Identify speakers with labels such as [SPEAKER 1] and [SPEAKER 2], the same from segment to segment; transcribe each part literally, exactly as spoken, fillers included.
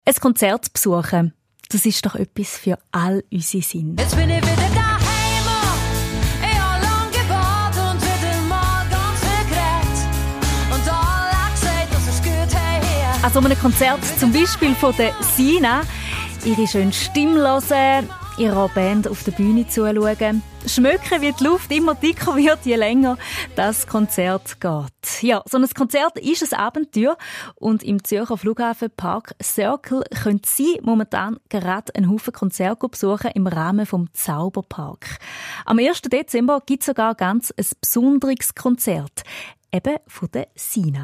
[SPEAKER 1] Ein Konzert besuchen, das ist doch etwas für all unsere Sinne.
[SPEAKER 2] Jetzt bin ich wieder daheim, ich habe lang gebaut und wieder mal ganz viel geredet. Und alle haben gesagt, dass es gut hey.
[SPEAKER 1] Also einem Konzert zum Beispiel von der Sina, ihre schöne Stimme hören, ihrer Band auf der Bühne zuschauen, schmecken, wie die Luft immer dicker wird, je länger das Konzert geht. Ja, so ein Konzert ist ein Abenteuer und im Zürcher Flughafen Park Circle können Sie momentan gerade einen Haufen Konzerte besuchen im Rahmen vom Zauberpark. Am ersten Dezember gibt es sogar ganz ein besonderes Konzert, eben von der Sina.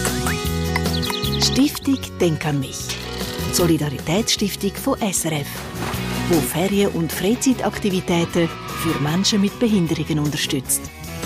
[SPEAKER 3] Stiftung Denk an mich. Solidaritätsstiftung von S R F, wo Ferien- und Freizeitaktivitäten für Menschen mit Behinderungen unterstützt.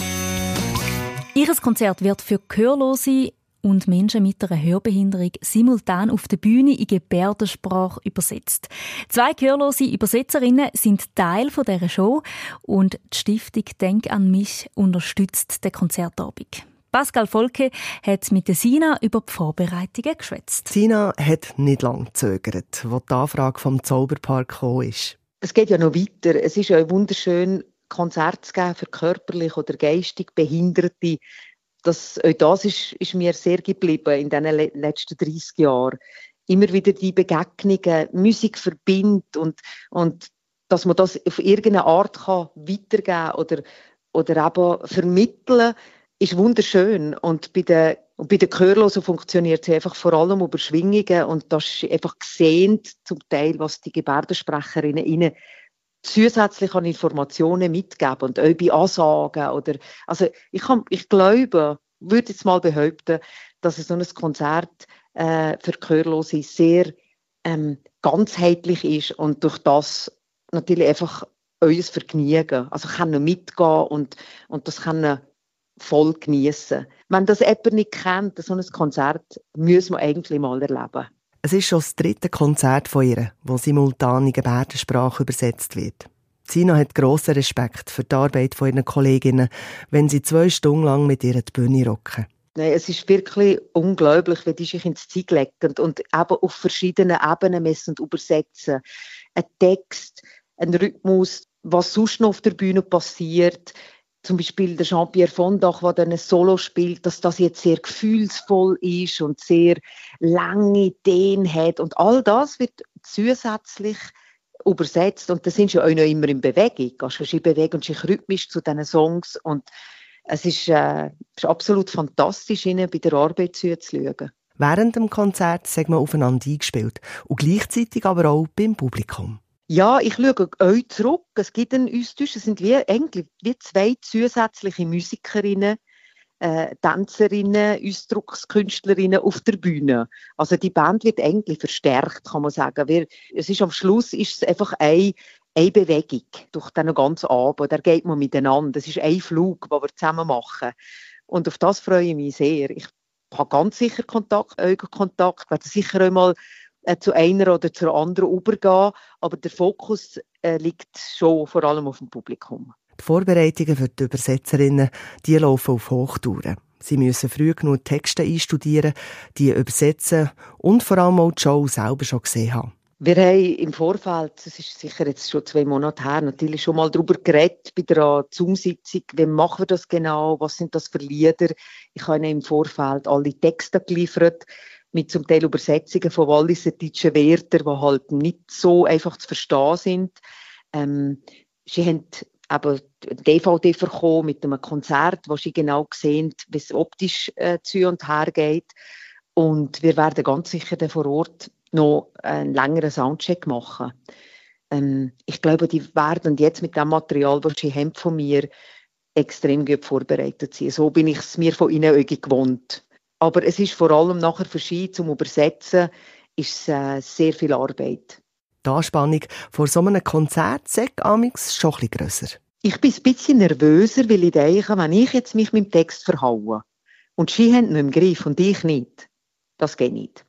[SPEAKER 1] Ihr Konzert wird für Gehörlose und Menschen mit einer Hörbehinderung simultan auf der Bühne in Gebärdensprache übersetzt. Zwei gehörlose Übersetzerinnen sind Teil dieser Show und die Stiftung Denk an mich unterstützt den Konzertabend. Pascal Volke hat mit der Sina über die Vorbereitungen geschwätzt.
[SPEAKER 4] Sina hat nicht lange gezögert, als die Anfrage vom Zauberpark gekommen ist.
[SPEAKER 5] Es geht ja noch weiter. Es ist ja ein wunderschön, Konzert zu geben für körperlich oder geistig Behinderte. Das, auch das ist, ist mir sehr geblieben in den letzten dreissig Jahren. Immer wieder die Begegnungen, Musik verbindet und, und dass man das auf irgendeine Art kann weitergeben kann oder, oder eben vermitteln, ist wunderschön. Und bei den, und bei den Gehörlosen funktioniert es einfach vor allem über Schwingungen und das ist einfach gesehen, zum Teil, was die Gebärdensprecherinnen ihnen zusätzlich an Informationen mitgeben und auch bei Ansagen oder, also ich, kann, ich glaube, würde jetzt mal behaupten, dass so ein Konzert äh, für Gehörlose sehr ähm, ganzheitlich ist und durch das natürlich einfach uns Vergnügen, also können mitgehen und, und das können voll geniessen. Wenn das jemand nicht kennt, so ein Konzert, muss man eigentlich mal erleben.
[SPEAKER 4] Es ist schon das dritte Konzert von ihr, wo simultan in Gebärdensprache übersetzt wird. Sina hat grossen Respekt für die Arbeit von ihren Kolleginnen, wenn sie zwei Stunden lang mit ihr die Bühne rocken.
[SPEAKER 5] Nein, es ist wirklich unglaublich, wie die sich ins Zeug legen und eben auf verschiedenen Ebenen messen und übersetzen. Ein Text, ein Rhythmus, was sonst noch auf der Bühne passiert. Zum Beispiel der Jean-Pierre Vondach, der dann ein Solo spielt, dass das jetzt sehr gefühlsvoll ist und sehr lange Ideen hat. Und all das wird zusätzlich übersetzt. Und da sind sie auch noch immer in Bewegung. Also sie bewegen sich rhythmisch zu diesen Songs. Und es ist, äh, ist absolut fantastisch, ihnen bei der Arbeit zuzuschauen.
[SPEAKER 4] Während dem Konzert sind wir aufeinander eingespielt und gleichzeitig aber auch beim Publikum.
[SPEAKER 5] Ja, ich schaue euch zurück. Es gibt einen Austausch. Es sind wie, eigentlich wie zwei zusätzliche Musikerinnen, äh, Tänzerinnen, Ausdruckskünstlerinnen auf der Bühne. Also die Band wird eigentlich verstärkt, kann man sagen. Wir, es ist am Schluss ist es einfach eine, eine Bewegung durch den ganzen Abend. Da geht man miteinander. Es ist ein Flug, den wir zusammen machen. Und auf das freue ich mich sehr. Ich habe ganz sicher Kontakt, Augenkontakt. Ich werde sicher einmal zu einer oder zur anderen übergehen, aber der Fokus äh, liegt schon vor allem auf dem Publikum.
[SPEAKER 4] Die Vorbereitungen für die Übersetzerinnen die laufen auf Hochtouren. Sie müssen früh genug Texte einstudieren, die übersetzen und vor allem auch die Show selber schon gesehen haben.
[SPEAKER 5] Wir haben im Vorfeld, das ist sicher jetzt schon zwei Monate her, natürlich schon mal darüber geredet bei der Zoom-Sitzung, wie machen wir das genau, was sind das für Lieder. Ich habe ihnen im Vorfeld alle Texte geliefert, mit zum Teil Übersetzungen von walliserdeutschen Wörtern, die halt nicht so einfach zu verstehen sind. Ähm, sie haben eben eine D V D bekommen mit einem Konzert, wo sie genau sehen, wie es optisch äh, zu und her geht. Und wir werden ganz sicher dann vor Ort noch einen längeren Soundcheck machen. Ähm, ich glaube, die werden jetzt mit dem Material, das sie haben von mir, extrem gut vorbereitet sein. So bin ich es mir von ihnen irgendwie gewohnt. Aber es ist vor allem nachher für sie zum Übersetzen ist es, äh, sehr viel Arbeit.
[SPEAKER 4] Die Anspannung vor so einem Konzert ist amigs schon ein bisschen grösser.
[SPEAKER 5] Ich bin ein bisschen nervöser, weil ich denke, wenn ich jetzt mich mit dem Text verhaue und sie haben ihn im Griff und ich nicht, das geht nicht.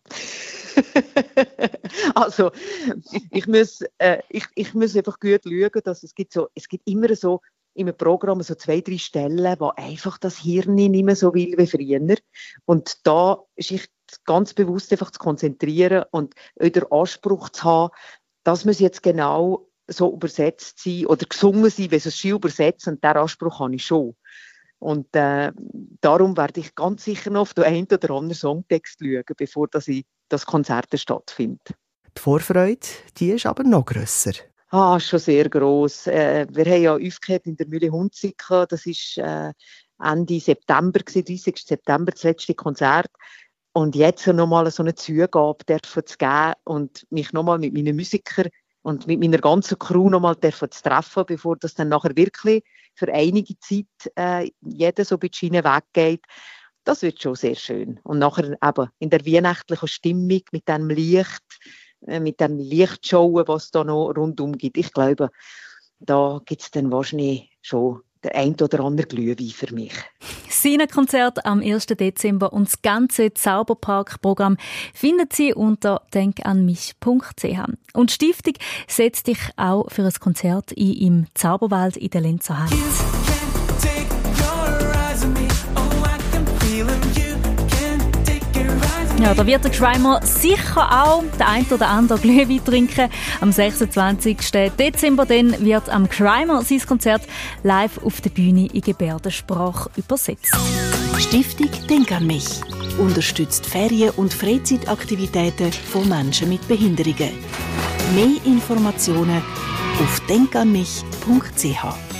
[SPEAKER 5] Also, ich muss, äh, ich, ich muss einfach gut schauen, dass es gibt so, es gibt immer so in einem Programm so zwei, drei Stellen, wo einfach das Hirn nicht mehr so will wie früher. Und da ist ich ganz bewusst einfach zu konzentrieren und auch den Anspruch zu haben, dass man es jetzt genau so übersetzt sein oder gesungen sein, wenn es schon übersetzt, und diesen Anspruch habe ich schon. Und äh, darum werde ich ganz sicher noch auf den einen oder anderen Songtext schauen, bevor das, ich, das Konzert stattfindet.
[SPEAKER 4] Die Vorfreude, die ist aber noch grösser.
[SPEAKER 5] Ah, schon sehr gross. Äh, wir haben ja aufgehört in der Mühle Hunziken. Das war äh, Ende September, dreißigsten September, das letzte Konzert. Und jetzt noch mal so eine Zugabe dürfen zu geben und mich noch mal mit meinen Musikern und mit meiner ganzen Crew noch mal dürfen zu treffen, bevor das dann nachher wirklich für einige Zeit äh, jeder so ein bisschen weggeht. Das wird schon sehr schön. Und nachher eben in der weihnachtlichen Stimmung mit dem Licht, äh, mit den Lichtshowen, was es da noch rundum gibt. Ich glaube, da gibt es dann wahrscheinlich schon der ein oder andere Glühwein für mich.
[SPEAKER 1] Sina-Konzert am ersten Dezember und das ganze Zauberpark-Programm finden Sie unter denkanmich punkt c h. Und die Stiftung setzt dich auch für ein Konzert ein im Zauberwald in der Lenzer Heiz. Ja, da wird der Grimer sicher auch der ein oder andere Glühwein trinken. Am sechsundzwanzigsten Dezember dann wird am Grimer sein Konzert live auf der Bühne in Gebärdensprache übersetzt.
[SPEAKER 3] Stiftung Denk an mich unterstützt Ferien- und Freizeitaktivitäten von Menschen mit Behinderungen. Mehr Informationen auf denkanmich punkt c h.